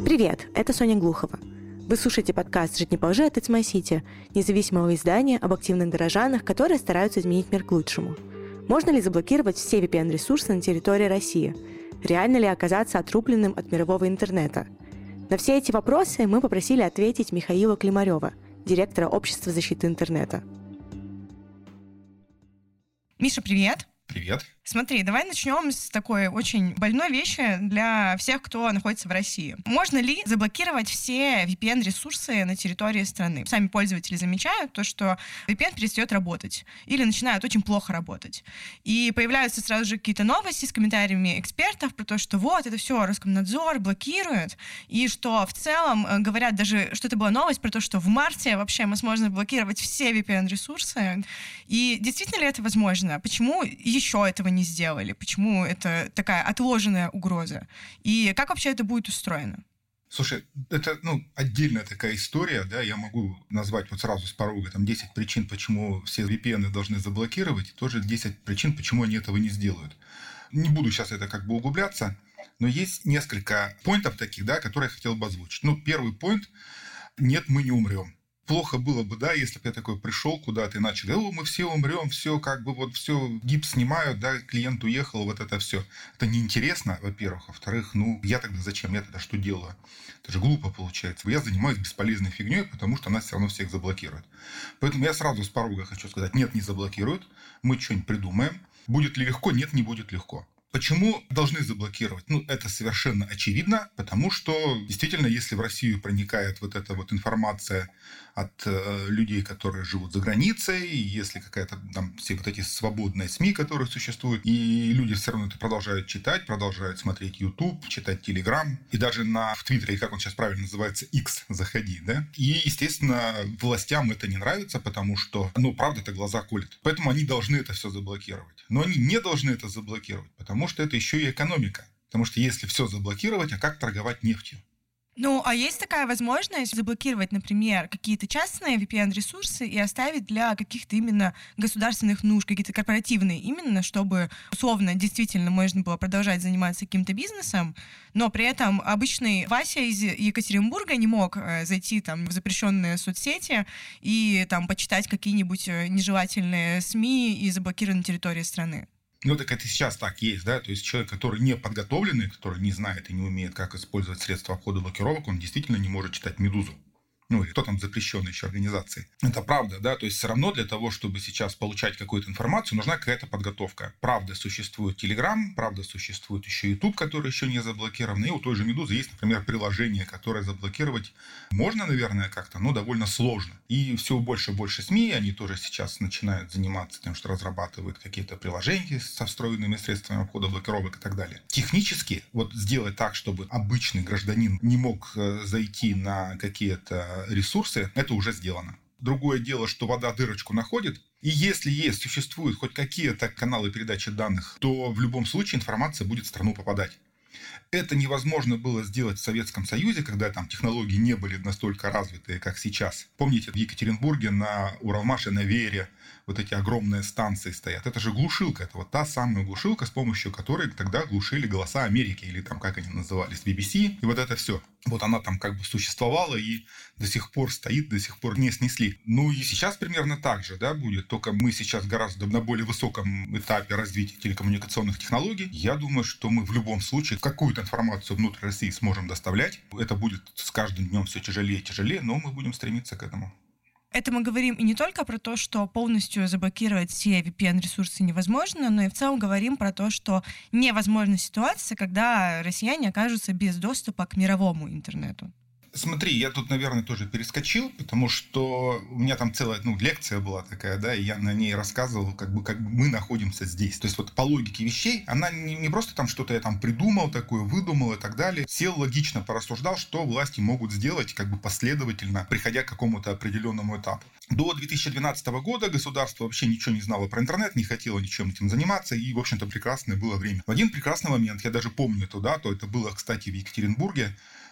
Привет, это Соня Глухова. Вы слушаете подкаст «Жить не по лжи» от It's My City, независимого издания об активных горожанах, которые стараются изменить мир к лучшему. Можно ли заблокировать все VPN-ресурсы на территории России? Реально ли оказаться отрубленным от мирового интернета? На все эти вопросы мы попросили ответить Михаила Климарева, директора Общества защиты интернета. Миша, привет! Привет. Смотри, давай начнем с такой очень больной вещи для всех, кто находится в России. Можно ли заблокировать все VPN-ресурсы на территории страны? Сами пользователи замечают то, что VPN перестает работать или начинает очень плохо работать. И появляются сразу же какие-то новости с комментариями экспертов про то, что вот, это все Роскомнадзор блокирует, и что в целом говорят даже, что это была новость про то, что в марте вообще возможно блокировать все VPN-ресурсы. И действительно ли это возможно? Почему еще этого не сделали? Почему это такая отложенная угроза? И как вообще это будет устроено? Слушай, это отдельная такая история, да, я могу назвать вот сразу с порога 10 причин, почему все VPN должны заблокировать, и тоже 10 причин, почему они этого не сделают. Не буду сейчас это углубляться, но есть несколько поинтов таких, да, которые я хотел бы озвучить. Первый поинт – нет, мы не умрем. Плохо было бы, да, если бы я такой пришел куда-то и начал, мы все умрем, все все, гипс снимают, да, клиент уехал, вот это все. Это неинтересно, во-первых. Во-вторых, я тогда зачем? Я тогда что делаю? Это же глупо получается. Я занимаюсь бесполезной фигней, потому что она все равно всех заблокирует. Поэтому я сразу с порога хочу сказать, нет, не заблокируют, мы что-нибудь придумаем. Будет ли легко? Нет, не будет легко. Почему должны заблокировать? Это совершенно очевидно, потому что действительно, если в Россию проникает вот эта вот информация от людей, которые живут за границей, если какая-то там все вот эти свободные СМИ, которые существуют, и люди все равно это продолжают читать, продолжают смотреть YouTube, читать Telegram, и даже в Твиттере, как он сейчас правильно называется, X заходить, да? И, естественно, властям это не нравится, потому что, правда, это глаза колет. Поэтому они должны это все заблокировать. Но они не должны это заблокировать, потому что это еще и экономика. Потому что если все заблокировать, а как торговать нефтью? А есть такая возможность заблокировать, например, какие-то частные VPN-ресурсы и оставить для каких-то именно государственных нужд, какие-то корпоративные именно, чтобы условно действительно можно было продолжать заниматься каким-то бизнесом, но при этом обычный Вася из Екатеринбурга не мог зайти в запрещенные соцсети и почитать какие-нибудь нежелательные СМИ и заблокированные территории страны. Так это сейчас так есть, да, то есть человек, который не подготовленный, который не знает и не умеет, как использовать средства обхода блокировок, он действительно не может читать «Медузу». Или кто там запрещенные еще организации. Это правда, да, то есть все равно для того, чтобы сейчас получать какую-то информацию, нужна какая-то подготовка. Правда, существует Telegram, правда, существует еще YouTube, который еще не заблокирован, и у той же «Медузы» есть, например, приложение, которое заблокировать можно, наверное, как-то, но довольно сложно. И все больше и больше СМИ, они тоже сейчас начинают заниматься тем, что разрабатывают какие-то приложения со встроенными средствами обхода блокировок и так далее. Технически сделать так, чтобы обычный гражданин не мог зайти на какие-то ресурсы, это уже сделано. Другое дело, что вода дырочку находит, и если существуют хоть какие-то каналы передачи данных, то в любом случае информация будет в страну попадать. Это невозможно было сделать в Советском Союзе, когда там технологии не были настолько развитые, как сейчас. Помните, в Екатеринбурге на Уралмаше, на Веере эти огромные станции стоят. Это же глушилка, это та самая глушилка, с помощью которой тогда глушили голоса Америки, или как они назывались, BBC, и это все. Она там существовала и до сих пор стоит, до сих пор не снесли. И сейчас примерно так же, да, будет, только мы сейчас гораздо на более высоком этапе развития телекоммуникационных технологий. Я думаю, что мы в любом случае какую-то информацию внутрь России сможем доставлять. Это будет с каждым днем все тяжелее и тяжелее, но мы будем стремиться к этому. Это мы говорим и не только про то, что полностью заблокировать все VPN-ресурсы невозможно, но и в целом говорим про то, что невозможна ситуация, когда россияне окажутся без доступа к мировому интернету. Смотри, я тут, наверное, тоже перескочил, потому что у меня там целая лекция была такая, да, и я на ней рассказывал, как мы находимся здесь. То есть по логике вещей, она не просто там что-то я там придумал такое, выдумал и так далее. Сел логично порассуждал, что власти могут сделать последовательно, приходя к какому-то определенному этапу. До 2012 года государство вообще ничего не знало про интернет, не хотело ничем этим заниматься, и, в общем-то, прекрасное было время. В один прекрасный момент, я даже помню эту дату, это было, кстати, в Екатеринбурге,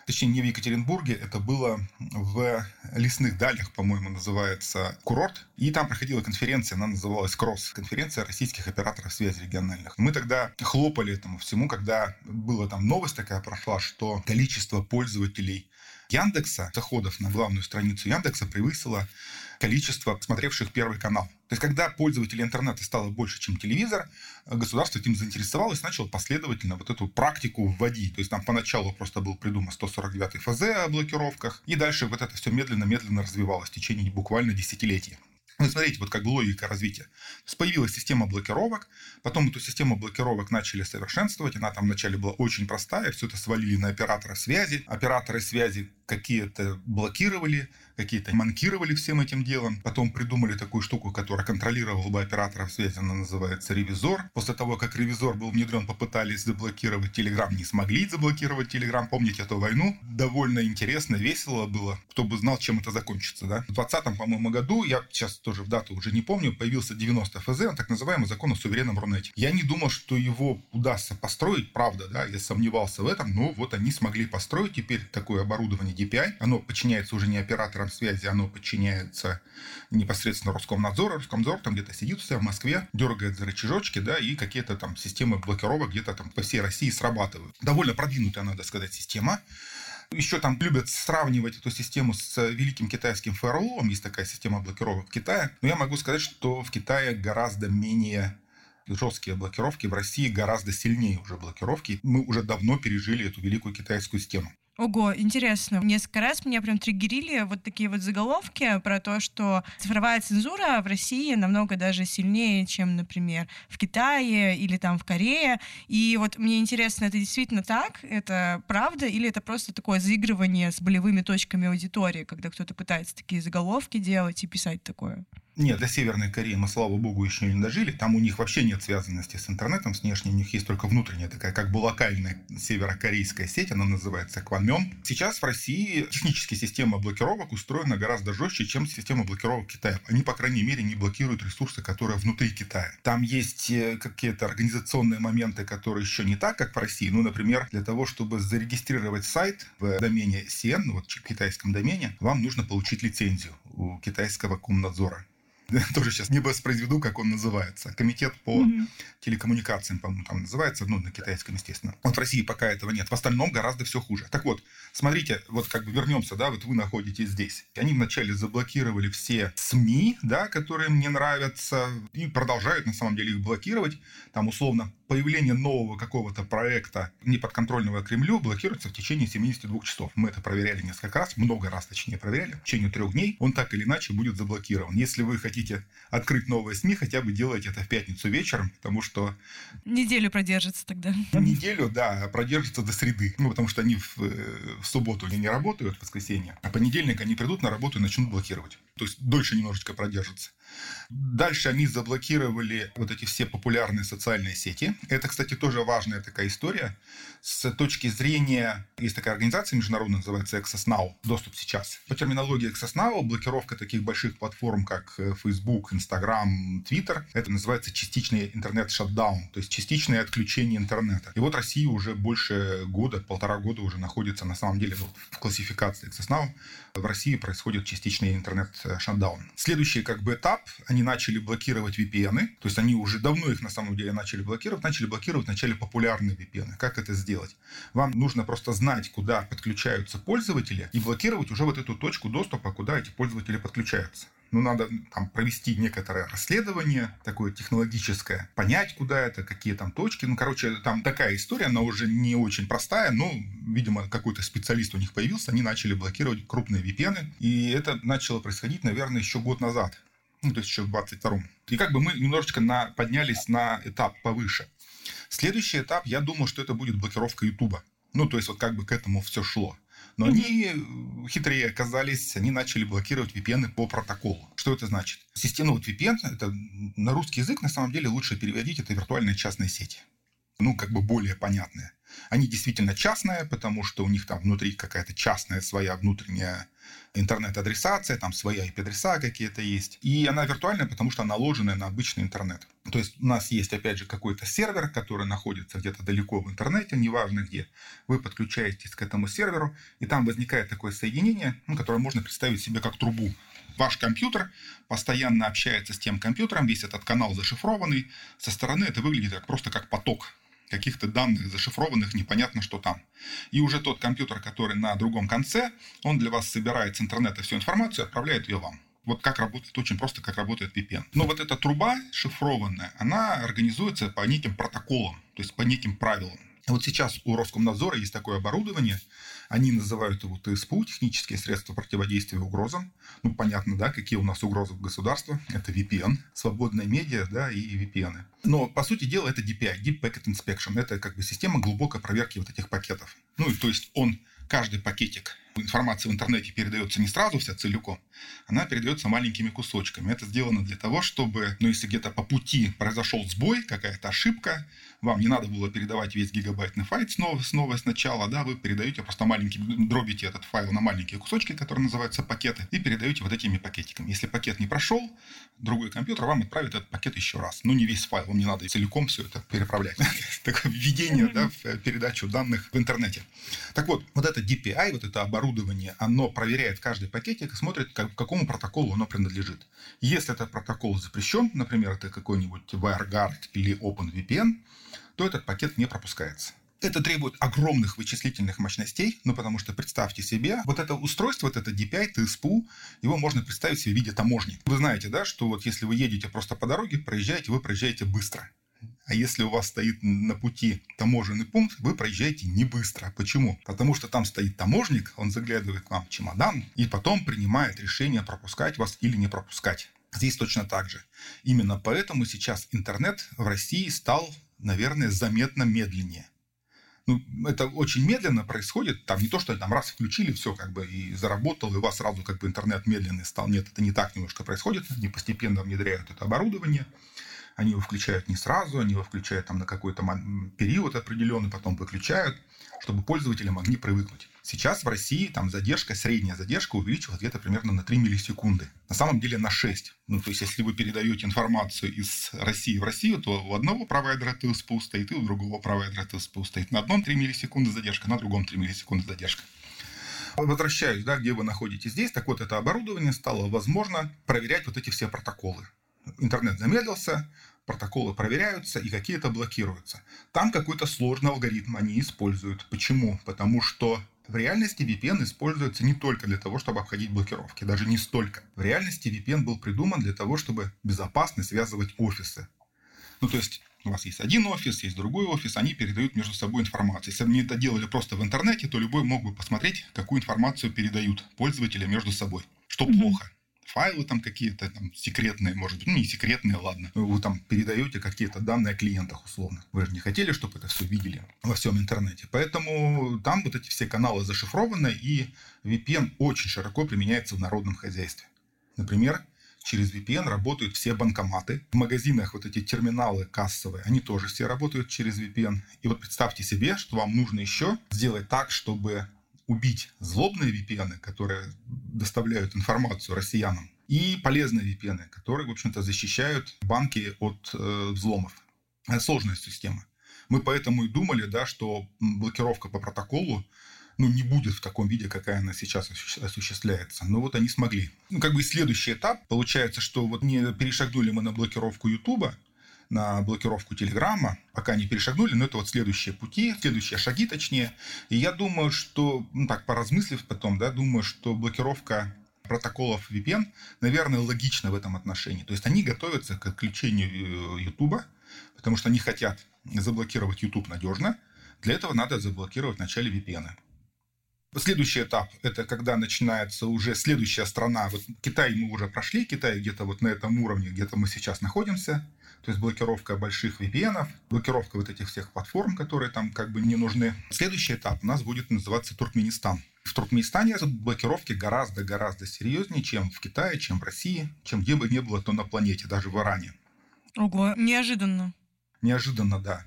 точнее, не в Екатеринбурге, это было в Лесных Далях, по-моему, называется курорт. И там проходила конференция, она называлась КРОСС, конференция российских операторов связи региональных. Мы тогда хлопали этому всему, когда была там новость такая прошла, что количество пользователей Яндекса, заходов на главную страницу Яндекса превысило количество смотревших Первый канал. То есть, когда пользователей интернета стало больше, чем телевизор, государство этим заинтересовалось, начало последовательно вот эту практику вводить. То есть, там поначалу просто был придуман 149 ФЗ о блокировках, и дальше вот это все медленно-медленно развивалось в течение буквально десятилетий. Ну, смотрите, вот как бы логика развития. То есть появилась система блокировок, потом эту систему блокировок начали совершенствовать, она там вначале была очень простая, все это свалили на операторов связи. Операторы связи какие-то блокировали, какие-то манкировали всем этим делом. Потом придумали такую штуку, которая контролировала бы операторов связи, она называется ревизор. После того, как ревизор был внедрен, попытались заблокировать Telegram, не смогли заблокировать Telegram. Помните эту войну? Довольно интересно, весело было. Кто бы знал, чем это закончится. Да? В 2020, по-моему, году, я сейчас тоже в дату уже не помню, появился 90 ФЗ, так называемый закон о суверенном Рунете. Я не думал, что его удастся построить, правда, да, я сомневался в этом, но вот они смогли построить теперь такое оборудование DPI. Оно подчиняется уже не операторам связи, оно подчиняется непосредственно Роскомнадзору. Роскомнадзор там где-то сидит у себя в Москве, дергает за рычажочки, да, и какие-то там системы блокировок где-то там по всей России срабатывают. Довольно продвинутая, надо сказать, система. Еще там любят сравнивать эту систему с великим китайским фаерволом. Есть такая система блокировок в Китае. Но я могу сказать, что в Китае гораздо менее жесткие блокировки, в России гораздо сильнее уже блокировки. Мы уже давно пережили эту великую китайскую систему. Ого, интересно. Несколько раз меня прям триггерили вот такие вот заголовки про то, что цифровая цензура в России намного даже сильнее, чем, например, в Китае или там в Корее. И вот мне интересно, это действительно так? Это правда? Или это просто такое заигрывание с болевыми точками аудитории, когда кто-то пытается такие заголовки делать и писать такое? Нет, до Северной Кореи мы, слава богу, еще не дожили. Там у них вообще нет связанности с интернетом, с внешней. У них есть только внутренняя такая, как бы локальная северокорейская сеть, она называется Кванмён. Сейчас в России технически система блокировок устроена гораздо жестче, чем система блокировок Китая. Они, по крайней мере, не блокируют ресурсы, которые внутри Китая. Там есть какие-то организационные моменты, которые еще не так, как в России. Ну, например, для того, чтобы зарегистрировать сайт в домене CN, вот в китайском домене, вам нужно получить лицензию у китайского Комнадзора. Тоже сейчас не воспроизведу, как он называется. Комитет по телекоммуникациям, по-моему, там называется, ну, на китайском, естественно. Вот в России пока этого нет. В остальном гораздо все хуже. Так вот, смотрите, вот как бы вернемся, да, вот вы находитесь здесь. Они вначале заблокировали все СМИ, да, которые им не нравятся, и продолжают, на самом деле, их блокировать. Там, условно, появление нового какого-то проекта, неподконтрольного Кремлю, блокируется в течение 72 часов. Мы это проверяли несколько раз, много раз, точнее, проверяли. В течение 3 дней он так или иначе будет заблокирован. Если вы хотите открыть новые СМИ, хотя бы делайте это в пятницу вечером, потому что... Неделю продержится тогда. Неделю, да, продержится до среды. Ну, потому что они в субботу они не работают, в воскресенье, а понедельник они придут на работу и начнут блокировать. То есть дольше немножечко продержится. Дальше они заблокировали вот эти все популярные социальные сети. Это, кстати, тоже важная такая история. С точки зрения... Есть такая организация международная, называется Access Now. Доступ сейчас. По терминологии Access Now, блокировка таких больших платформ, как Facebook, Instagram, Twitter, это называется частичный интернет-шатдаун, то есть частичное отключение интернета. И вот Россия уже больше года, 1,5 года уже находится, на самом деле, в классификации Access Now. В России происходит частичный интернет-шатдаун. Следующий как бы этап, они начали блокировать VPN, то есть они уже давно их на самом деле начали блокировать вначале популярные VPN. Как это сделать? Вам нужно просто знать, куда подключаются пользователи, и блокировать уже вот эту точку доступа, куда эти пользователи подключаются. Ну, надо там провести некоторое расследование, такое технологическое, понять, куда это, какие там точки. Ну, короче, там такая история, она уже не очень простая, но, видимо, какой-то специалист у них появился, они начали блокировать крупные VPN, и это начало происходить, наверное, еще год назад. Ну, то есть еще в 22-м. И как бы мы немножечко поднялись на этап повыше. Следующий этап, я думаю, что это будет блокировка Ютуба. Ну, то есть вот как бы к этому все шло. Но они хитрее оказались, они начали блокировать VPN по протоколу. Что это значит? Система вот VPN, это на русский язык, на самом деле, лучше переводить, это виртуальные частные сети. Ну, как бы более понятные. Они действительно частные, потому что у них там внутри какая-то частная своя внутренняя интернет-адресация, там своя IP-адреса какие-то есть. И она виртуальная, потому что наложенная на обычный интернет. То есть у нас есть, опять же, какой-то сервер, который находится где-то далеко в интернете, неважно где. Вы подключаетесь к этому серверу, и там возникает такое соединение, которое можно представить себе как трубу. Ваш компьютер постоянно общается с тем компьютером, весь этот канал зашифрованный. Со стороны это выглядит просто как поток каких-то данных зашифрованных, непонятно, что там. И уже тот компьютер, который на другом конце, он для вас собирает с интернета всю информацию и отправляет ее вам. Вот как работает, очень просто, как работает VPN. Но вот эта труба шифрованная, она организуется по неким протоколам, то есть по неким правилам. Вот сейчас у Роскомнадзора есть такое оборудование, они называют его ТСПУ, технические средства противодействия угрозам. Понятно, да, какие у нас угрозы в государстве. Это VPN, свободные медиа, да, и VPN. Но, по сути дела, это DPI, Deep Packet Inspection. Это как бы система глубокой проверки вот этих пакетов. И то есть каждый пакетик информации в интернете передается не сразу вся целиком, она передается маленькими кусочками. Это сделано для того, чтобы, если где-то по пути произошел сбой, какая-то ошибка, вам не надо было передавать весь гигабайтный файл снова сначала, да, вы передаете просто дробите этот файл на маленькие кусочки, которые называются пакеты, и передаете вот этими пакетиками. Если пакет не прошел, другой компьютер вам отправит этот пакет еще раз. Не весь файл, вам не надо целиком все это переправлять. Такое введение, да, в передачу данных в интернете. Так вот это DPI, вот это оборудование, оно проверяет каждый пакетик и смотрит, к какому протоколу оно принадлежит. Если этот протокол запрещен, например, это какой-нибудь WireGuard или OpenVPN, то этот пакет не пропускается. Это требует огромных вычислительных мощностей, потому что представьте себе, вот это устройство, вот это DPI, ТСПУ, его можно представить себе в виде таможни. Вы знаете, да, что вот если вы едете просто по дороге, вы проезжаете быстро. А если у вас стоит на пути таможенный пункт, вы проезжаете не быстро. Почему? Потому что там стоит таможник, он заглядывает к вам в чемодан и потом принимает решение, пропускать вас или не пропускать. Здесь точно так же. Именно поэтому сейчас интернет в России стал, наверное, заметно медленнее. Это очень медленно происходит. Там не то, что там раз включили, все и заработал, и у вас сразу интернет медленный стал. Нет, это не так немножко происходит. Они постепенно внедряют это оборудование. Они его включают не сразу, они его включают на какой-то период определенный, потом выключают, чтобы пользователи могли привыкнуть. Сейчас в России средняя задержка увеличилась где-то примерно на 3 миллисекунды. На самом деле на 6. То есть, если вы передаете информацию из России в Россию, то у одного провайдера ТСПУ стоит, и у другого провайдера ТСПУ стоит. На одном 3 миллисекунды задержка, на другом 3 миллисекунды задержка. Возвращаюсь, где вы находитесь здесь. Так вот, это оборудование стало возможно проверять вот эти все протоколы. Интернет замедлился, протоколы проверяются и какие-то блокируются. Там какой-то сложный алгоритм они используют. Почему? Потому что в реальности VPN используется не только для того, чтобы обходить блокировки, даже не столько. В реальности VPN был придуман для того, чтобы безопасно связывать офисы. То есть у вас есть один офис, есть другой офис, они передают между собой информацию. Если бы они это делали просто в интернете, то любой мог бы посмотреть, какую информацию передают пользователи между собой. Что плохо. Файлы какие-то секретные, может быть, не секретные, ладно. Вы передаете какие-то данные о клиентах условно. Вы же не хотели, чтобы это все видели во всем интернете. Поэтому там вот эти все каналы зашифрованы, и VPN очень широко применяется в народном хозяйстве. Например, через VPN работают все банкоматы. В магазинах вот эти терминалы кассовые, они тоже все работают через VPN. И вот представьте себе, что вам нужно еще сделать так, чтобы убить злобные VPN, которые доставляют информацию россиянам, и полезные VPN, которые, в общем-то, защищают банки от взломов. Это сложная система. Мы поэтому и думали, что блокировка по протоколу не будет в таком виде, какая она сейчас осуществляется. Но вот они смогли. Следующий этап. Получается, что не перешагнули мы на блокировку Ютуба, на блокировку Телеграма, пока не перешагнули, но это следующие пути, следующие шаги точнее. И я думаю, что, поразмыслив потом, думаю, что блокировка протоколов VPN, наверное, логична в этом отношении. То есть они готовятся к отключению Ютуба, потому что они хотят заблокировать YouTube надежно. Для этого надо заблокировать вначале VPN. Следующий этап – это когда начинается уже следующая страна. Китай мы уже прошли, Китай где-то на этом уровне, где-то мы сейчас находимся. То есть блокировка больших VPN, блокировка этих всех платформ, которые там не нужны. Следующий этап у нас будет называться Туркменистан. В Туркменистане блокировки гораздо серьезнее, чем в Китае, чем в России, чем где бы ни было то на планете, даже в Иране. Ого, неожиданно. Неожиданно, да.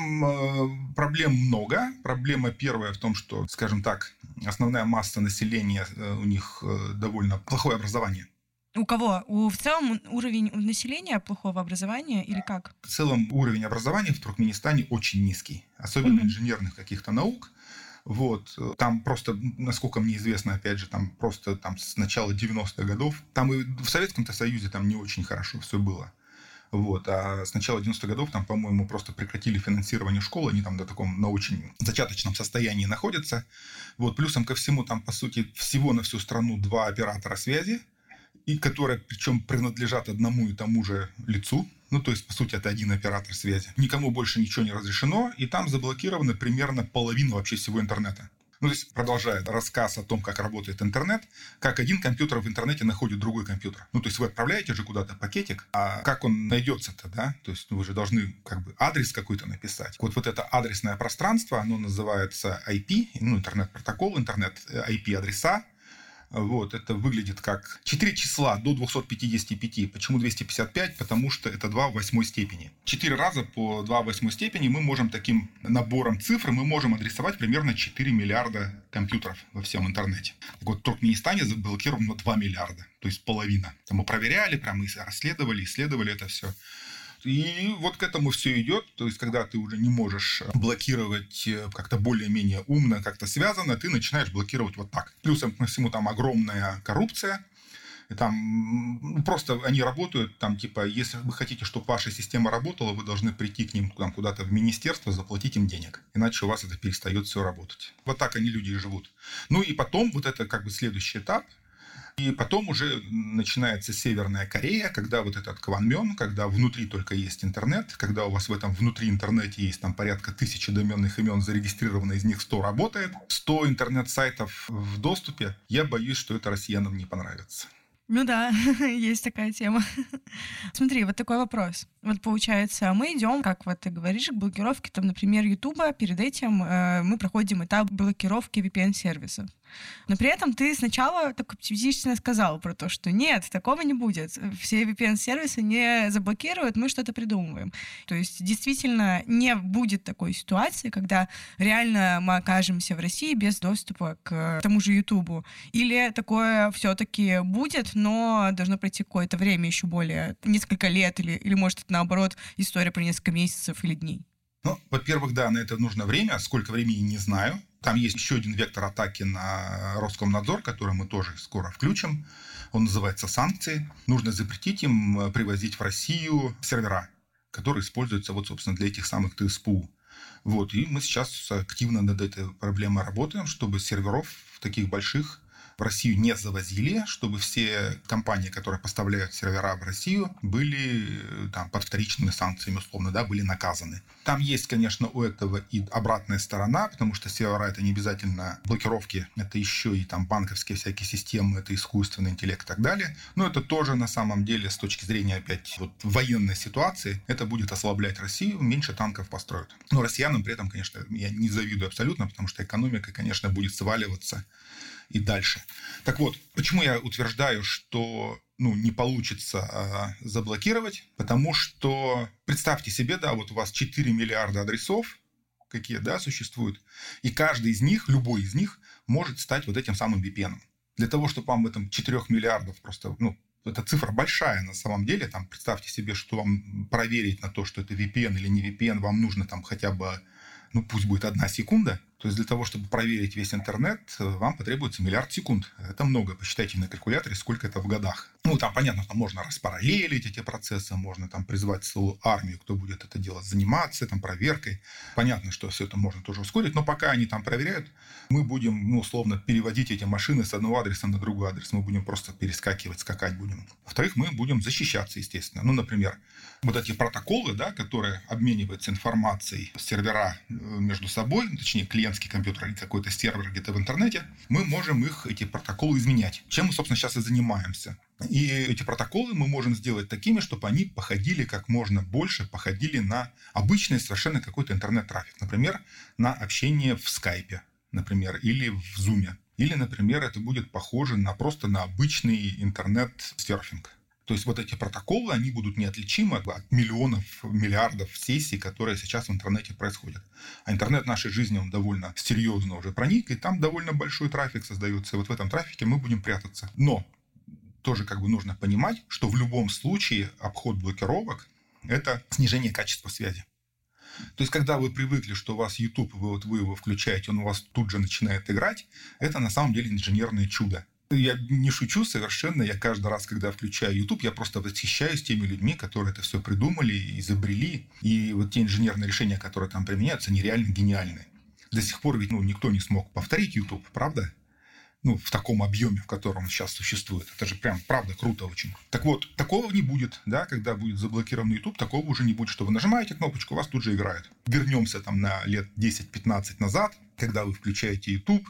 Там проблем много. Проблема первая в том, что, скажем так, основная масса населения, у них довольно плохое образование. У кого? В целом уровень населения плохого образования или как? В целом уровень образования в Туркменистане очень низкий, особенно инженерных каких-то наук. Вот. Там просто, насколько мне известно, опять же, там просто с начала 90-х годов, там и в Советском-то Союзе там не очень хорошо все было. Вот. А с начала 90-х годов там, по-моему, просто прекратили финансирование школ, они там на очень зачаточном состоянии находятся. Вот. Плюсом ко всему, там, по сути, всего на всю страну 2 оператора связи, и которые, причем, принадлежат одному и тому же лицу. Ну, то есть, по сути, это один оператор связи. Никому больше ничего не разрешено, и там заблокировано примерно половина вообще всего интернета. Ну, то есть, продолжая рассказ о том, как работает интернет, как один компьютер в интернете находит другой компьютер. Ну, то есть, вы отправляете же куда-то пакетик, а как он найдется-то, да? То есть, вы же должны адрес какой-то написать. Вот это адресное пространство, оно называется IP, интернет-протокол, интернет-IP-адреса. Вот, это выглядит как 4 числа до 255. Почему 255? Потому что это 2 в 8 степени. 4 раза по 2 в 8 степени мы можем таким набором цифр мы можем адресовать примерно 4 миллиарда компьютеров во всем интернете. Так вот, в Туркменистане заблокировано 2 миллиарда, то есть половина. Мы проверяли, прямо расследовали, исследовали это все. И вот к этому все идет. То есть, когда ты уже не можешь блокировать как-то более-менее умно, как-то связано, ты начинаешь блокировать вот так. Плюсом ко всему там огромная коррупция. И там просто они работают, там типа, если вы хотите, чтобы ваша система работала, вы должны прийти к ним там, куда-то в министерство, заплатить им денег. Иначе у вас это перестает все работать. Вот так они, люди, и живут. Ну и потом вот это следующий этап. И потом уже начинается Северная Корея, когда вот этот Кванмён, когда внутри только есть интернет, когда у вас в этом внутри интернете есть там порядка 1000 доменных имен зарегистрировано, из них 100 работает, 100 интернет-сайтов в доступе, я боюсь, что это россиянам не понравится. Ну да, есть такая тема. Смотри, вот такой вопрос. Вот получается, мы идем, как вот ты говоришь, к блокировке, там, например, Ютуба. Перед этим мы проходим этап блокировки VPN-сервисов. Но при этом ты сначала так оптимистично сказал про то, что нет, такого не будет. Все VPN-сервисы не заблокируют, мы что-то придумываем. То есть действительно не будет такой ситуации, когда реально мы окажемся в России без доступа к тому же Ютубу. Или такое все-таки будет, но должно пройти какое-то время, еще более несколько лет, или может, это наоборот, история про несколько месяцев или дней. Ну, во-первых, да, на это нужно время. Сколько времени, не знаю. Там есть еще один вектор атаки на Роскомнадзор, который мы тоже скоро включим. Он называется санкции. Нужно запретить им привозить в Россию сервера, которые используются, вот, собственно, для этих самых ТСПУ. Вот. И мы сейчас активно над этой проблемой работаем, чтобы серверов таких больших в Россию не завозили, чтобы все компании, которые поставляют сервера в Россию, были там, под вторичными санкциями, условно, да, были наказаны. Там есть, конечно, у этого и обратная сторона, потому что сервера — это не обязательно блокировки, это еще и там банковские всякие системы, это искусственный интеллект и так далее. Но это тоже на самом деле с точки зрения опять военной ситуации, это будет ослаблять Россию, меньше танков построят. Но россиянам при этом, конечно, я не завидую абсолютно, потому что экономика, конечно, будет сваливаться и дальше. Так вот, почему я утверждаю, что не получится заблокировать? Потому что, представьте себе, да, вот у вас 4 миллиарда адресов, какие, да, существуют, и каждый из них, любой из них, может стать вот этим самым VPN. Для того, чтобы вам в этом 4 миллиардов просто, эта цифра большая на самом деле, там, представьте себе, что вам проверить на то, что это VPN или не VPN, вам нужно там хотя бы, пусть будет 1 секунда. То есть для того, чтобы проверить весь интернет, вам потребуется 1 миллиард секунд. Это много. Посчитайте на калькуляторе, сколько это в годах. Там, понятно, там можно распараллелить эти процессы, можно там призвать целую армию, кто будет это дело заниматься, там, проверкой. Понятно, что все это можно тоже ускорить, но пока они там проверяют, мы будем, условно, переводить эти машины с одного адреса на другой адрес. Мы будем просто перескакивать, скакать будем. Во-вторых, мы будем защищаться, естественно. Например, вот эти протоколы, да, которые обмениваются информацией сервера между собой, точнее, клиентский компьютер или какой-то сервер где-то в интернете, мы можем эти протоколы изменять. Чем мы, собственно, сейчас и занимаемся. И эти протоколы мы можем сделать такими, чтобы они походили как можно больше, походили на обычный совершенно какой-то интернет-трафик. Например, на общение в скайпе, например, или в зуме. Или, например, это будет похоже просто на обычный интернет-серфинг. То есть вот эти протоколы, они будут неотличимы от миллионов, миллиардов сессий, которые сейчас в интернете происходят. А интернет в нашей жизни, он довольно серьезно уже проник, и там довольно большой трафик создается. И вот в этом трафике мы будем прятаться. Но тоже нужно понимать, что в любом случае обход блокировок – это снижение качества связи. То есть, когда вы привыкли, что у вас YouTube, вы его включаете, он у вас тут же начинает играть, это на самом деле инженерное чудо. Я не шучу совершенно, я каждый раз, когда включаю YouTube, я просто восхищаюсь теми людьми, которые это все придумали, изобрели. И вот те инженерные решения, которые там применяются, они реально гениальны. До сих пор ведь никто не смог повторить YouTube, правда? В таком объеме, в котором он сейчас существует. Это же прям, правда, круто очень. Так вот, такого не будет, да, когда будет заблокирован YouTube, такого уже не будет, что вы нажимаете кнопочку, у вас тут же играет. Вернемся там на лет 10-15 назад, когда вы включаете YouTube,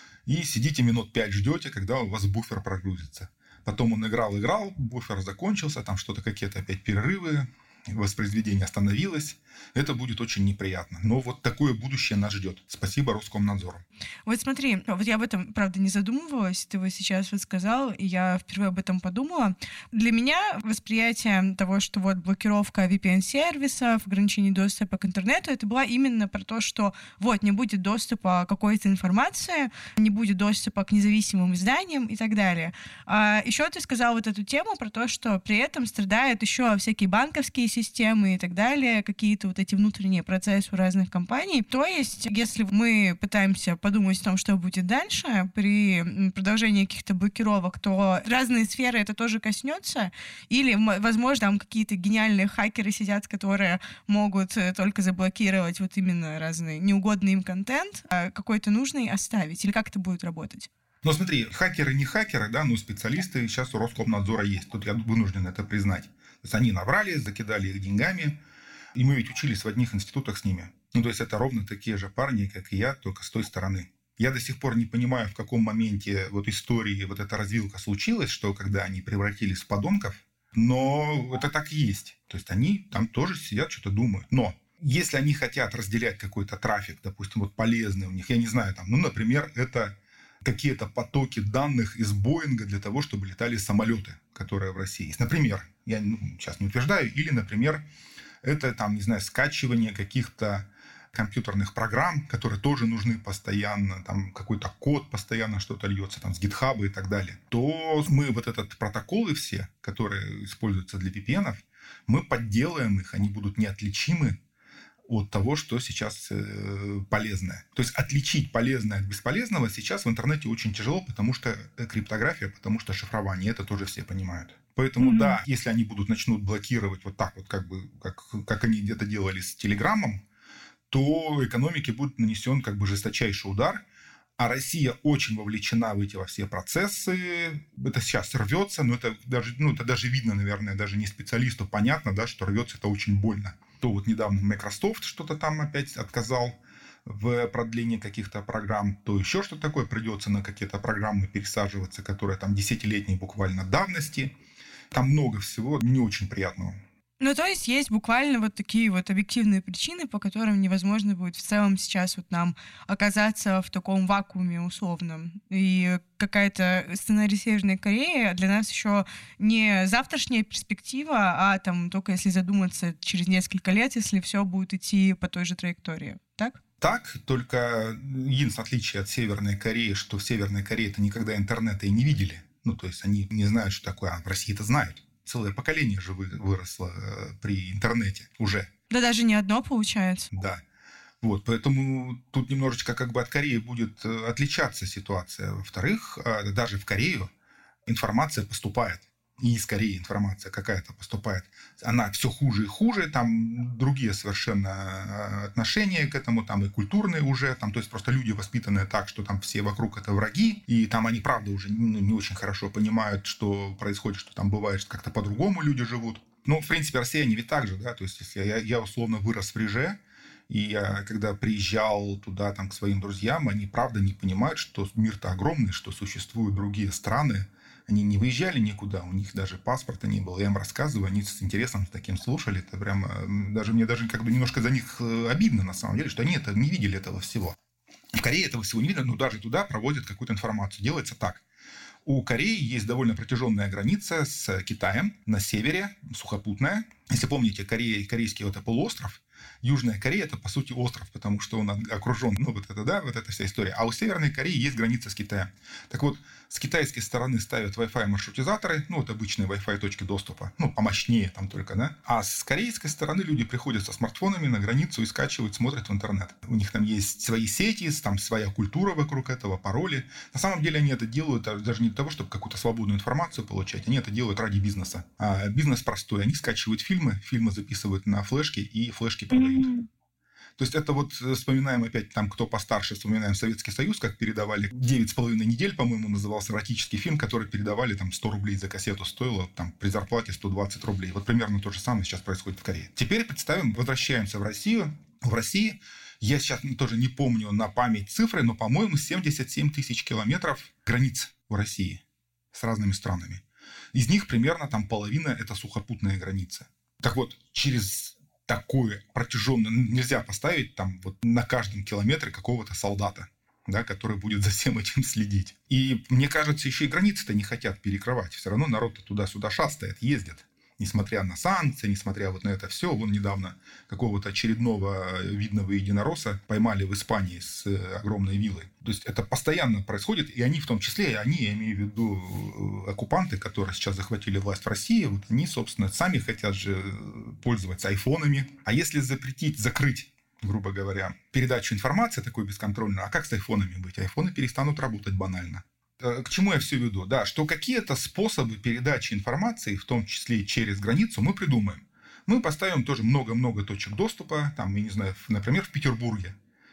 и сидите минут 5 ждете, когда у вас буфер прогрузится. Потом он играл, буфер закончился, там что-то какие-то опять перерывы, воспроизведение остановилось. Это будет очень неприятно. Но вот такое будущее нас ждет. Спасибо Роскомнадзору. Вот смотри, вот я об этом, правда, не задумывалась. Ты вот сейчас вот сказал, и я впервые об этом подумала. Для меня восприятие того, что вот блокировка VPN-сервисов, ограничение доступа к интернету, это была именно про то, что вот не будет доступа к какой-то информации, не будет доступа к независимым изданиям и так далее. А еще ты сказал вот эту тему про то, что при этом страдают еще всякие банковские системы и так далее, какие-то вот эти внутренние процессы у разных компаний. То есть, если мы пытаемся подумать о том, что будет дальше при продолжении каких-то блокировок, то разные сферы это тоже коснется, или, возможно, там какие-то гениальные хакеры сидят, которые могут только заблокировать вот именно разный неугодный им контент, а какой-то нужный оставить, или как это будет работать? Ну, смотри, хакеры не хакеры, да, но специалисты сейчас у Роскомнадзора есть. Тут я вынужден это признать. То есть они наврали, закидали их деньгами, и мы ведь учились в одних институтах с ними. То есть это ровно такие же парни, как и я, только с той стороны. Я до сих пор не понимаю, в каком моменте вот истории вот эта развилка случилась, что когда они превратились в подонков, но это так и есть. То есть они там тоже сидят, что-то думают. Но если они хотят разделять какой-то трафик, допустим, вот полезный у них, я не знаю, там, например, это какие-то потоки данных из Боинга для того, чтобы летали самолеты, которые в России есть. Например, я сейчас не утверждаю, или, например, это, там, не знаю, скачивание каких-то компьютерных программ, которые тоже нужны постоянно, там какой-то код постоянно что-то льется, там с GitHub и так далее, то мы вот этот протоколы все, которые используются для VPN, мы подделаем их, они будут неотличимы от того, что сейчас полезное. То есть отличить полезное от бесполезного сейчас в интернете очень тяжело, потому что криптография, потому что шифрование, это тоже все понимают. Поэтому, да, если они начнут блокировать вот так вот, как они где-то делали с Телеграмом, то экономике будет нанесен жесточайший удар. А Россия очень вовлечена во все процессы. Это сейчас рвется, но это даже видно, наверное, даже не специалисту понятно, да, что рвется это очень больно. То вот недавно Microsoft что-то там опять отказал в продлении каких-то программ, то еще что-то такое, придется на какие-то программы пересаживаться, которые там десятилетней буквально давности. Там много всего не очень приятного. То есть буквально вот такие вот объективные причины, по которым невозможно будет в целом сейчас вот нам оказаться в таком вакууме условном. И какая-то сценарий Северной Кореи для нас еще не завтрашняя перспектива, а там только если задуматься через несколько лет, если все будет идти по той же траектории. Так? Так, только единственное отличие от Северной Кореи, что в Северной Корее-то никогда интернета и не видели. То есть они не знают, что такое, а в России-то знают. Целое поколение же выросло при интернете уже. Да даже не одно получается. Да. Вот, поэтому тут немножечко от Кореи будет отличаться ситуация. Во-вторых, даже в Корею информация поступает. И из Кореи информация какая-то поступает. Она все хуже и хуже, там другие совершенно отношения к этому, там и культурные уже, там, то есть просто люди воспитанные так, что там все вокруг это враги, и там они, правда, уже не очень хорошо понимают, что происходит, что там бывает, что как-то по-другому люди живут. В принципе, россияне ведь так же, да, то есть если я условно вырос в Риже, и я, когда приезжал туда к своим друзьям, они, правда, не понимают, что мир-то огромный, что существуют другие страны. Они не выезжали никуда, у них даже паспорта не было. Я им рассказываю, они с интересом с таким слушали. Это прямо, мне даже немножко за них обидно на самом деле, что они это не видели этого всего. В Корее этого всего не видно, но даже туда проводят какую-то информацию. Делается так. У Кореи есть довольно протяженная граница с Китаем на севере, сухопутная. Если помните, корейский это полуостров, Южная Корея – это, по сути, остров, потому что он окружен, вот эта вся история. А у Северной Кореи есть граница с Китаем. Так вот, с китайской стороны ставят Wi-Fi маршрутизаторы, обычные Wi-Fi точки доступа, помощнее там только, да. А с корейской стороны люди приходят со смартфонами на границу и скачивают, смотрят в интернет. У них там есть свои сети, там своя культура вокруг этого, пароли. На самом деле они это делают даже не для того, чтобы какую-то свободную информацию получать, они это делают ради бизнеса. А бизнес простой. Они скачивают фильмы записывают на флешки и флешки продают. То есть это вспоминаем опять, кто постарше, вспоминаем Советский Союз, как передавали 9,5 недель, по-моему, назывался эротический фильм, который передавали 100 рублей за кассету стоило, при зарплате 120 рублей. Примерно то же самое сейчас происходит в Корее. Теперь представим, возвращаемся в Россию. В России, я сейчас тоже не помню на память цифры, но, по-моему, 77 тысяч километров границ в России с разными странами. Из них примерно половина – это сухопутные границы. Так вот, через такое протяженное нельзя поставить на каждом километре какого-то солдата, да, который будет за всем этим следить. И мне кажется, еще и границы-то не хотят перекрывать. Все равно народ-то туда-сюда шастает, ездит. Несмотря на санкции, несмотря на это все. Недавно какого-то очередного видного единоросса поймали в Испании с огромной виллой. То есть это постоянно происходит, и они в том числе, я имею в виду оккупанты, которые сейчас захватили власть в России, они, собственно, сами хотят же пользоваться айфонами. А если закрыть, грубо говоря, передачу информации такой бесконтрольной, а как с айфонами быть? Айфоны перестанут работать банально. К чему я все веду? Да, что какие-то способы передачи информации, в том числе через границу, мы придумаем. Мы поставим тоже много-много точек доступа, например, в Петербурге.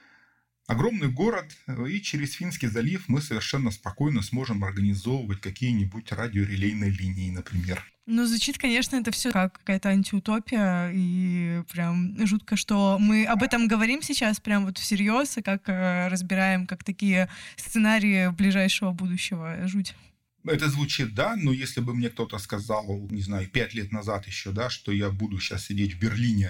Огромный город, и через Финский залив мы совершенно спокойно сможем организовывать какие-нибудь радиорелейные линии, например. Звучит, конечно, это все как какая-то антиутопия, и прям жутко, что мы об этом говорим сейчас прям всерьез, и как разбираем как такие сценарии ближайшего будущего. Жуть. Это звучит, да, но если бы мне кто-то сказал, 5 лет назад еще, да, что я буду сейчас сидеть в Берлине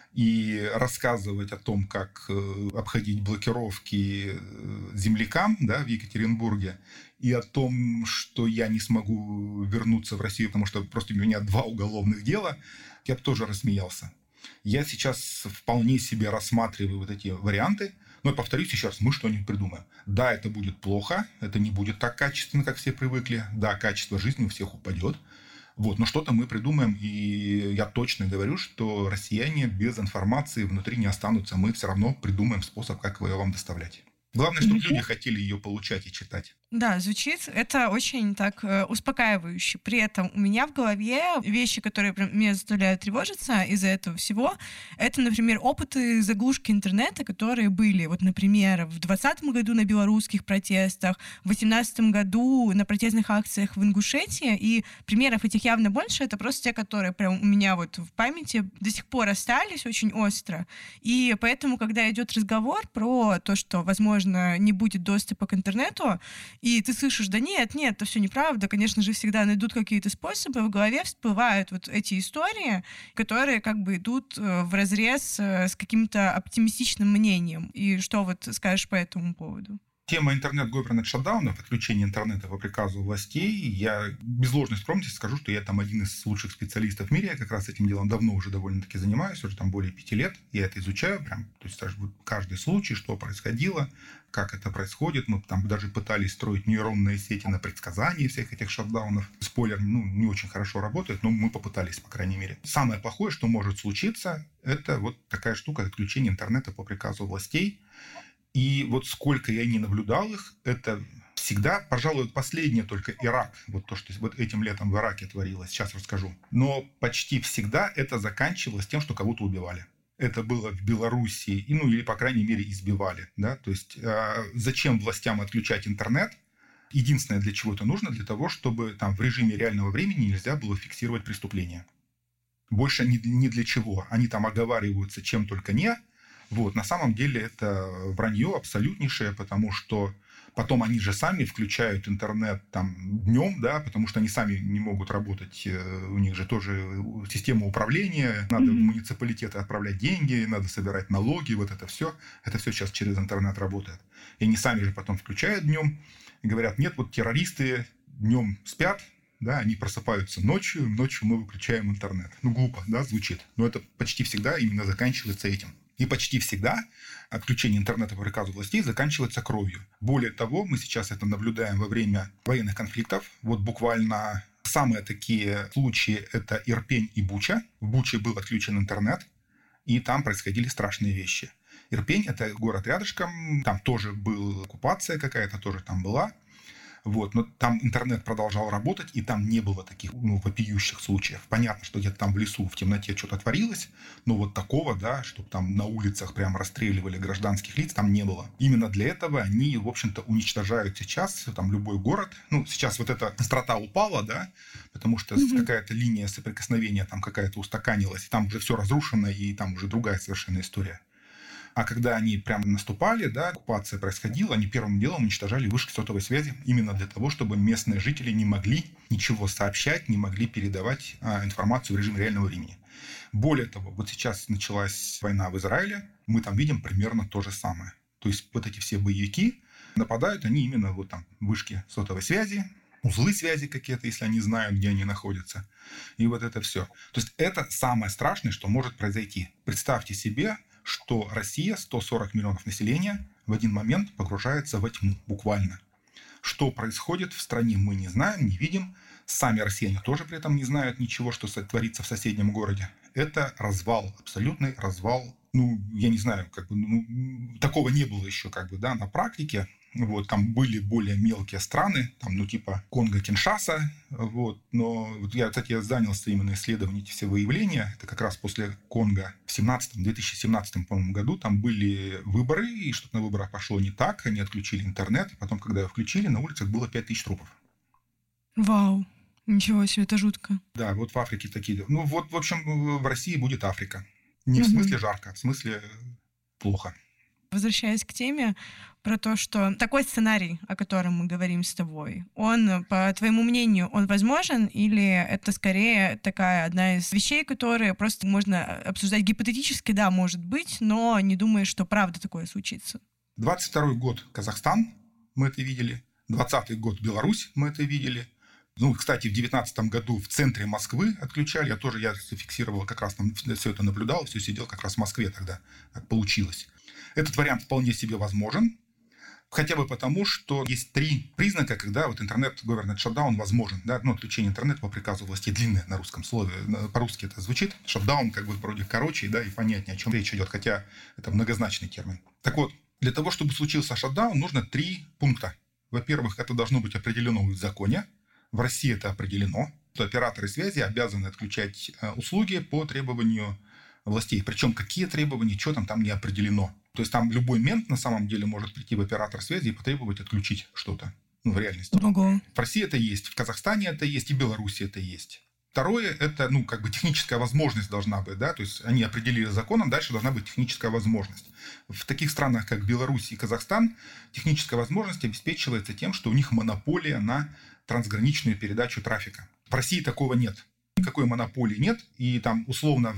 и рассказывать о том, как обходить блокировки землякам, да, в Екатеринбурге, и о том, что я не смогу вернуться в Россию, потому что просто у меня 2 уголовных дела, я бы тоже рассмеялся. Я сейчас вполне себе рассматриваю эти варианты, но, повторюсь еще раз, мы что-нибудь придумаем. Да, это будет плохо, это не будет так качественно, как все привыкли, да, качество жизни у всех упадет, но что-то мы придумаем, и я точно говорю, что россияне без информации внутри не останутся. Мы все равно придумаем способ, как ее вам доставлять. Главное, чтобы люди хотели ее получать и читать. Да, звучит это очень так успокаивающе. При этом у меня в голове вещи, которые меня заставляют тревожиться из-за этого всего, это, например, опыты заглушки интернета, которые были, например, в 2020 году на белорусских протестах, в 2018 году на протестных акциях в Ингушетии, и примеров этих явно больше, это просто те, которые прям у меня в памяти до сих пор остались очень остро. И поэтому, когда идет разговор про то, что, возможно, не будет доступа к интернету, и ты слышишь, да нет, это все неправда, конечно же, всегда найдут какие-то способы, в голове всплывают эти истории, которые идут вразрез с каким-то оптимистичным мнением. И что скажешь по этому поводу? Тема интернет-government-шатдаунов, отключения интернета по приказу властей, я без ложной скромности скажу, что я один из лучших специалистов в мире, я как раз этим делом давно уже довольно-таки занимаюсь, уже более 5 лет, я это изучаю, то есть каждый случай, что происходило, как это происходит, мы даже пытались строить нейронные сети на предсказание всех этих шатдаунов. Спойлер, не очень хорошо работает, но мы попытались, по крайней мере. Самое плохое, что может случиться, это такая штука, отключение интернета по приказу властей. И сколько я не наблюдал их, это всегда, пожалуй, последнее только Ирак. То, что этим летом в Ираке творилось, сейчас расскажу. Но почти всегда это заканчивалось тем, что кого-то убивали. Это было в Белоруссии, или, по крайней мере, избивали. Да? То есть зачем властям отключать интернет? Единственное, для чего это нужно, для того, чтобы в режиме реального времени нельзя было фиксировать преступления. Больше ни для чего. Они оговариваются чем только не. На самом деле это вранье абсолютнейшее, потому что потом они же сами включают интернет днем, да, потому что они сами не могут работать, у них же тоже система управления, надо в муниципалитеты отправлять деньги, надо собирать налоги, это все сейчас через интернет работает. И они сами же потом включают днем и говорят, нет, террористы днем спят, да, они просыпаются ночью мы выключаем интернет. Глупо, да, звучит, но это почти всегда именно заканчивается этим. И почти всегда отключение интернета по приказу властей заканчивается кровью. Более того, мы сейчас это наблюдаем во время военных конфликтов. Вот буквально самые такие случаи – это Ирпень и Буча. В Буче был отключен интернет, и там происходили страшные вещи. Ирпень – это город рядышком, там тоже была оккупация какая-то, тоже там была. Вот, но там интернет продолжал работать, и там не было таких вопиющих случаев. Понятно, что где-то там в лесу, в темноте что-то творилось, но вот такого, да, чтобы там на улицах прям расстреливали гражданских лиц, там не было. Именно для этого они, в общем-то, уничтожают сейчас там любой город. Сейчас вот эта острота упала, да, потому что какая-то линия соприкосновения там какая-то устаканилась, и там уже все разрушено, и там уже другая совершенно история. А когда они прямо наступали, да, оккупация происходила, они первым делом уничтожали вышки сотовой связи именно для того, чтобы местные жители не могли ничего сообщать, не могли передавать информацию в режиме реального времени. Более того, вот сейчас началась война в Израиле, мы там видим примерно то же самое. То есть вот эти все боевики нападают, они именно вот там вышки сотовой связи, узлы связи какие-то, если они знают, где они находятся. И вот это все. То есть это самое страшное, что может произойти. Представьте себе, что Россия, 140 миллионов населения, в один момент погружается во тьму, буквально. Что происходит в стране, мы не знаем, не видим. Сами россияне тоже при этом не знают ничего, что творится в соседнем городе. Это развал, абсолютный развал. Я не знаю, такого не было еще на практике. Вот, там были более мелкие страны, там, типа Конго-Киншаса. Вот, но я занялся именно исследованием все выявления. Это как раз после Конго в 2017, по-моему, году. Там были выборы, и что-то на выборах пошло не так. Они отключили интернет. Потом, когда его включили, на улицах было 5000 трупов. Вау. Ничего себе, это жутко. Да, вот в Африке такие... в общем, в России будет Африка. Не в смысле жарко, а в смысле плохо. Возвращаясь к теме про то, что такой сценарий, о котором мы говорим с тобой, он, по твоему мнению, он возможен, или это скорее такая одна из вещей, которые просто можно обсуждать гипотетически, да, может быть, но не думаешь, что правда такое случится? 22-й год Казахстан, мы это видели. 20-й год Беларусь, мы это видели. Кстати, в 2019 году в центре Москвы отключали. Я зафиксировал, как раз там все это наблюдал, все сидел как раз в Москве тогда, как получилось. Этот вариант вполне себе возможен, хотя бы потому, что есть 3 признака, когда вот интернет-government shutdown возможен. Да? Отключение интернета по приказу власти, длинное на русском слове. По-русски это звучит. Shutdown вроде короче, да, и понятнее, о чем речь идет, хотя это многозначный термин. Так вот, для того, чтобы случился shutdown, нужно 3 пункта. Во-первых, это должно быть определено в законе. В России это определено, что операторы связи обязаны отключать услуги по требованию властей. Причем какие требования, что там не определено. То есть там любой мент на самом деле может прийти в оператор связи и потребовать отключить что-то в реальности. Ого. В России это есть, в Казахстане это есть, и в Беларуси это есть. Второе, это техническая возможность должна быть, да, то есть они определили законом, дальше должна быть техническая возможность. В таких странах, как Беларусь и Казахстан, техническая возможность обеспечивается тем, что у них монополия на трансграничную передачу трафика. В России такого нет. Никакой монополии нет, и там условно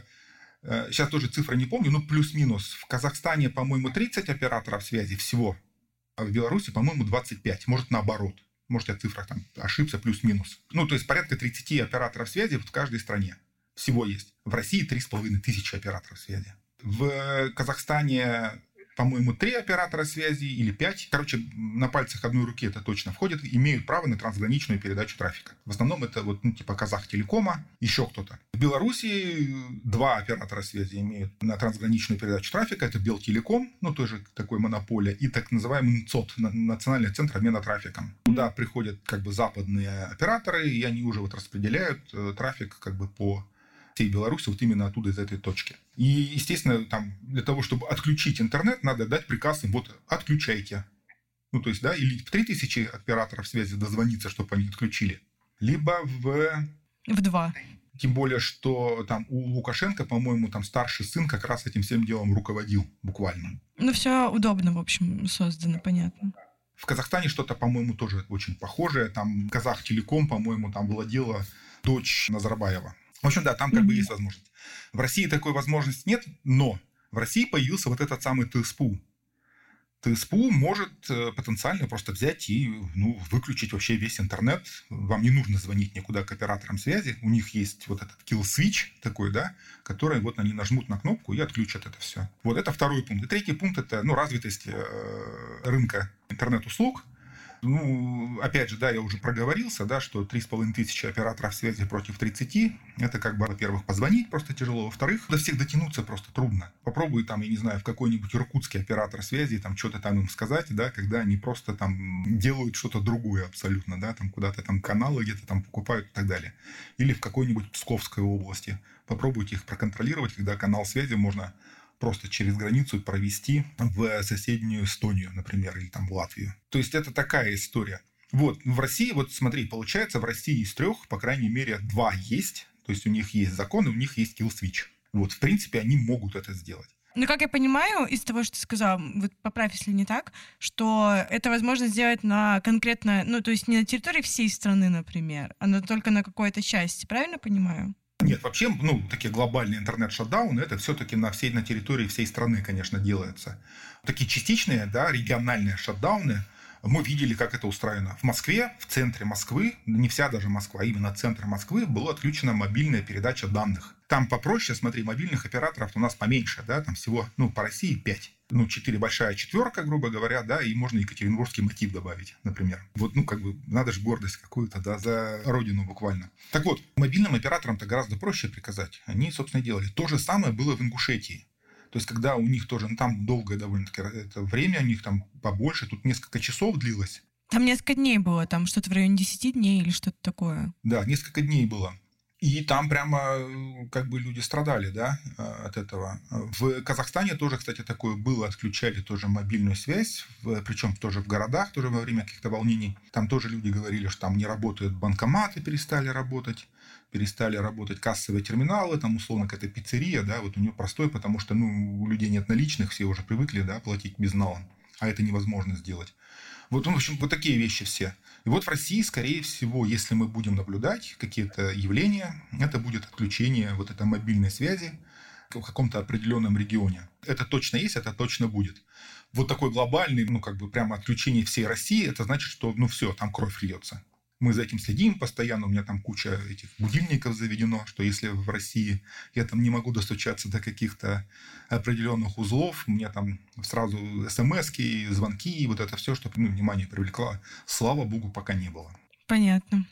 сейчас тоже цифры не помню, плюс-минус. В Казахстане, по-моему, 30 операторов связи всего, а в Беларуси, по-моему, 25. Может, наоборот. Может, я в цифрах там ошибся, плюс-минус. То есть порядка 30 операторов связи в каждой стране. Всего есть. В России 3500 операторов связи. В Казахстане, по-моему, 3 оператора связи или 5. На пальцах одной руки это точно входит. Имеют право на трансграничную передачу трафика. В основном это типа Казахтелекома, еще кто-то. В Беларуси 2 оператора связи имеют на трансграничную передачу трафика. Это Белтелеком, тоже такой монополия, и так называемый НЦОТ, Национальный центр обмена трафиком. Туда приходят западные операторы, и они уже распределяют трафик по всей Беларуси именно оттуда, из этой точки. И, естественно, для того, чтобы отключить интернет, надо дать приказ им, отключайте. То есть, да, или в 3000 операторов связи дозвониться, чтобы они отключили, либо в 2. Тем более, что у Лукашенко, по-моему, старший сын как раз этим всем делом руководил буквально. Все удобно, в общем, создано, понятно. В Казахстане что-то, по-моему, тоже очень похожее. Казахтелеком, по-моему, владела дочь Назарбаева. В общем, да, там есть возможность. В России такой возможности нет, но в России появился этот самый ТСПУ. ТСПУ может потенциально просто взять и выключить вообще весь интернет. Вам не нужно звонить никуда к операторам связи. У них есть вот этот kill switch такой, да, который вот они нажмут на кнопку и отключат это все. Вот это второй пункт. И третий пункт – это развитость рынка интернет-услуг. Опять же, да, я уже проговорился, да, что 3500 операторов связи против 30. Это во-первых, позвонить просто тяжело. Во-вторых, до всех дотянуться просто трудно. Попробуй там, я не знаю, в какой-нибудь иркутский оператор связи там что-то там им сказать, да, когда они просто там делают что-то другое абсолютно, да, там куда-то там каналы где-то там покупают и так далее. Или в какой-нибудь Псковской области. Попробуйте их проконтролировать, когда канал связи можно просто через границу провести в соседнюю Эстонию, например, или там в Латвию. То есть это такая история. Вот, в России, вот смотри, получается, в России из 3, по крайней мере, 2 есть. То есть у них есть закон, и у них есть kill switch. Вот, в принципе, они могут это сделать. Ну, как я понимаю, из того, что ты сказал, вот поправь, если не так, что это возможно сделать на конкретно, то есть не на территории всей страны, например, а только на какой-то части. Правильно понимаю? Нет, вообще, такие глобальные интернет-шатдауны, это все-таки на территории всей страны, конечно, делается. Такие частичные, да, региональные шатдауны, мы видели, как это устроено. В Москве, в центре Москвы, не вся даже Москва, а именно центр Москвы, была отключена мобильная передача данных. Там попроще, смотри, мобильных операторов у нас поменьше, да, там всего, по России 5. 4 большая четверка, грубо говоря, да, и можно екатеринбургский мотив добавить, например. Вот, надо же гордость какую-то, да, за родину буквально. Так вот, мобильным операторам-то гораздо проще приказать. Они, собственно, делали. То же самое было в Ингушетии. То есть, когда у них тоже, там долгое довольно-таки это время, у них там побольше, тут несколько часов длилось. Там несколько дней было, там что-то в районе 10 дней или что-то такое. Да, несколько дней было. И там прямо люди страдали, да, от этого. В Казахстане тоже, кстати, такое было, отключали тоже мобильную связь, причем тоже в городах, тоже во время каких-то волнений. Там тоже люди говорили, что там не работают банкоматы, перестали работать кассовые терминалы, там условно какая-то пиццерия, да, вот у нее простой, потому что, у людей нет наличных, все уже привыкли, да, платить безналом, а это невозможно сделать. Вот, в общем, вот такие вещи все. И вот в России, скорее всего, если мы будем наблюдать какие-то явления, это будет отключение вот этой мобильной связи в каком-то определенном регионе. Это точно есть, это точно будет. Вот такой глобальный, прямо отключение всей России, это значит, что, все, там кровь льется. Мы за этим следим постоянно, у меня там куча этих будильников заведено, что если в России я там не могу достучаться до каких-то определенных узлов, у меня там сразу смс-ки, звонки, и вот это все, чтобы внимание привлекло, слава богу, пока не было. Понятно.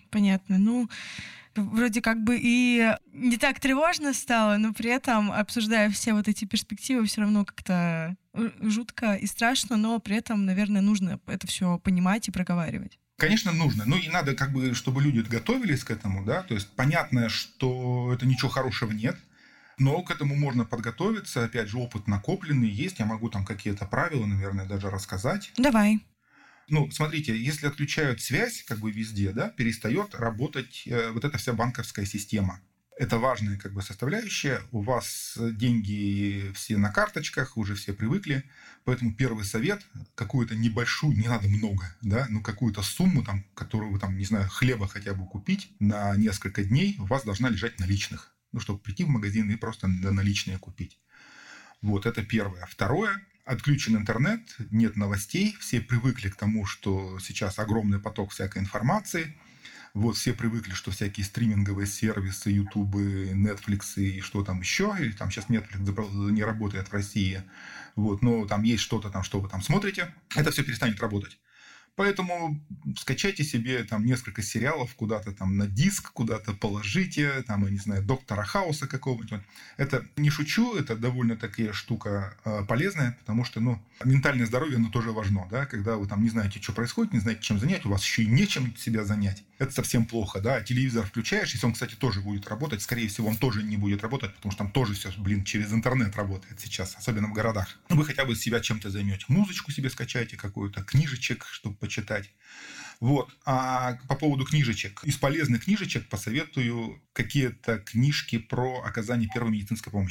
Вроде и не так тревожно стало, но при этом, обсуждая все вот эти перспективы, все равно как-то жутко и страшно, но при этом, наверное, нужно это все понимать и проговаривать. Конечно, нужно. И надо, чтобы люди готовились к этому, да. То есть понятно, что это ничего хорошего нет, но к этому можно подготовиться. Опять же, опыт накопленный есть. Я могу там какие-то правила, наверное, даже рассказать. Давай. Смотрите, если отключают связь, везде, да, перестает работать вот эта вся банковская система. Это важная составляющая. У вас деньги все на карточках, уже все привыкли. Поэтому первый совет, какую-то небольшую, не надо много, да, какую-то сумму, которую вы не знаю, хлеба хотя бы купить на несколько дней, у вас должна лежать наличных. Чтобы прийти в магазин и просто наличные купить. Вот, это первое. Второе. Отключен интернет, нет новостей. Все привыкли к тому, что сейчас огромный поток всякой информации. Вот, все привыкли, что всякие стриминговые сервисы, ютубы, Netflix и что там еще. Или там сейчас Netflix не работает в России. Вот, но там есть что-то там, что вы там смотрите. Это все перестанет работать. Поэтому скачайте себе несколько сериалов куда-то на диск, куда-то положите, я не знаю, Доктора Хауса какого-нибудь. Это не шучу, это довольно-таки штука полезная, потому что, ментальное здоровье, оно тоже важно, да, когда вы не знаете, что происходит, не знаете, чем занять, у вас еще и нечем себя занять. Это совсем плохо, да, телевизор включаешь, если он, кстати, тоже будет работать, скорее всего, он тоже не будет работать, потому что там тоже все, через интернет работает сейчас, особенно в городах. Вы хотя бы себя чем-то займете, музычку себе скачайте какую-то, книжечек, чтобы почитать. Вот. А по поводу книжечек. Из полезных книжечек посоветую какие-то книжки про оказание первой медицинской помощи.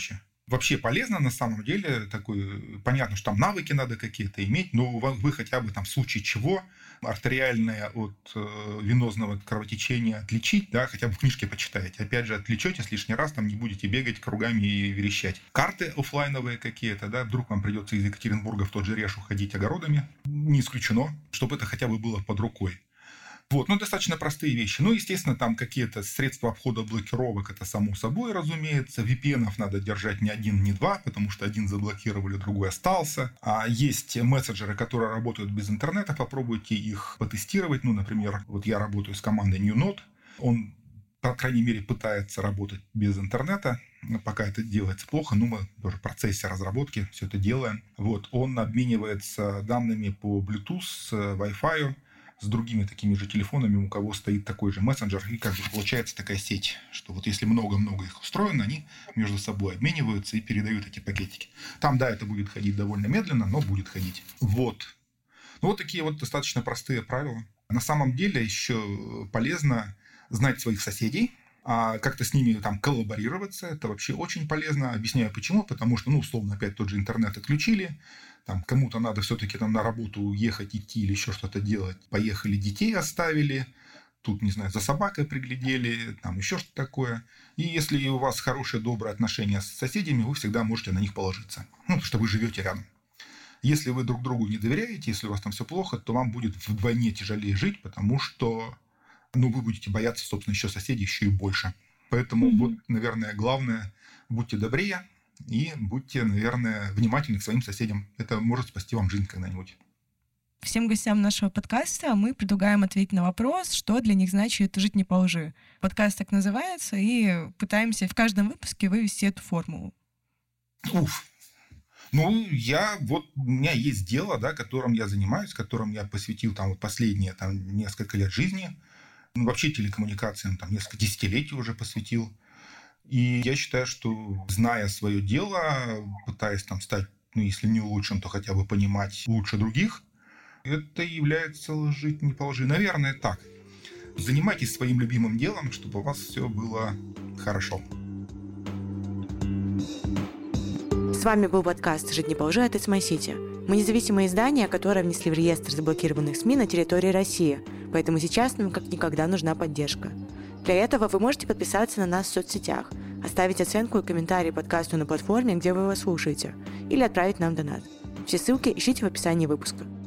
Вообще полезно на самом деле, понятно, что там навыки надо какие-то иметь, но вы хотя бы там в случае чего артериальное от венозного кровотечения отличить, да, хотя бы в книжке почитаете. Опять же, отвлечетесь лишний раз, там не будете бегать кругами и верещать. Карты офлайновые какие-то, да, вдруг вам придется из Екатеринбурга в тот же Решу ходить огородами, не исключено, чтобы это хотя бы было под рукой. Достаточно простые вещи. Естественно, там какие-то средства обхода блокировок, это само собой, разумеется. VPN-ов надо держать не один, не два, потому что один заблокировали, другой остался. А есть мессенджеры, которые работают без интернета, попробуйте их потестировать. Например, я работаю с командой NewNode. Он, по крайней мере, пытается работать без интернета. Пока это делается плохо, мы тоже в процессе разработки все это делаем. Он обменивается данными по Bluetooth, Wi-Fi, с другими такими же телефонами, у кого стоит такой же мессенджер, и получается такая сеть, что если много-много их устроено, они между собой обмениваются и передают эти пакетики. Там, да, это будет ходить довольно медленно, но будет ходить. Такие достаточно простые правила. На самом деле еще полезно знать своих соседей, а как-то с ними коллаборироваться, это вообще очень полезно. Объясняю почему, потому что, условно, опять тот же интернет отключили, кому-то надо все-таки на работу ехать, идти или еще что-то делать. Поехали, детей оставили, тут, не знаю, за собакой приглядели, еще что-то такое. И если у вас хорошие, добрые отношения с соседями, вы всегда можете на них положиться, потому что вы живете рядом. Если вы друг другу не доверяете, если у вас там все плохо, то вам будет вдвойне тяжелее жить, потому что вы будете бояться, собственно, еще соседей еще и больше. Поэтому, наверное, главное, будьте добрее, и будьте, наверное, внимательны к своим соседям. Это может спасти вам жизнь когда-нибудь. Всем гостям нашего подкаста мы предлагаем ответить на вопрос, что для них значит «жить не по лжи». Подкаст так называется, и пытаемся в каждом выпуске вывести эту формулу. У меня есть дело, которым я занимаюсь, которым я посвятил последние несколько лет жизни. Вообще телекоммуникациям несколько десятилетий уже посвятил. И я считаю, что, зная свое дело, пытаясь стать, если не лучшим, то хотя бы понимать лучше других, это является жить не по лжи. Наверное, так. Занимайтесь своим любимым делом, чтобы у вас все было хорошо. С вами был подкаст «Жить не по лжи» от It's My City. Мы независимое издание, которое внесли в реестр заблокированных СМИ на территории России, поэтому сейчас нам как никогда нужна поддержка. Для этого вы можете подписаться на нас в соцсетях, оставить оценку и комментарий подкасту на платформе, где вы его слушаете, или отправить нам донат. Все ссылки ищите в описании выпуска.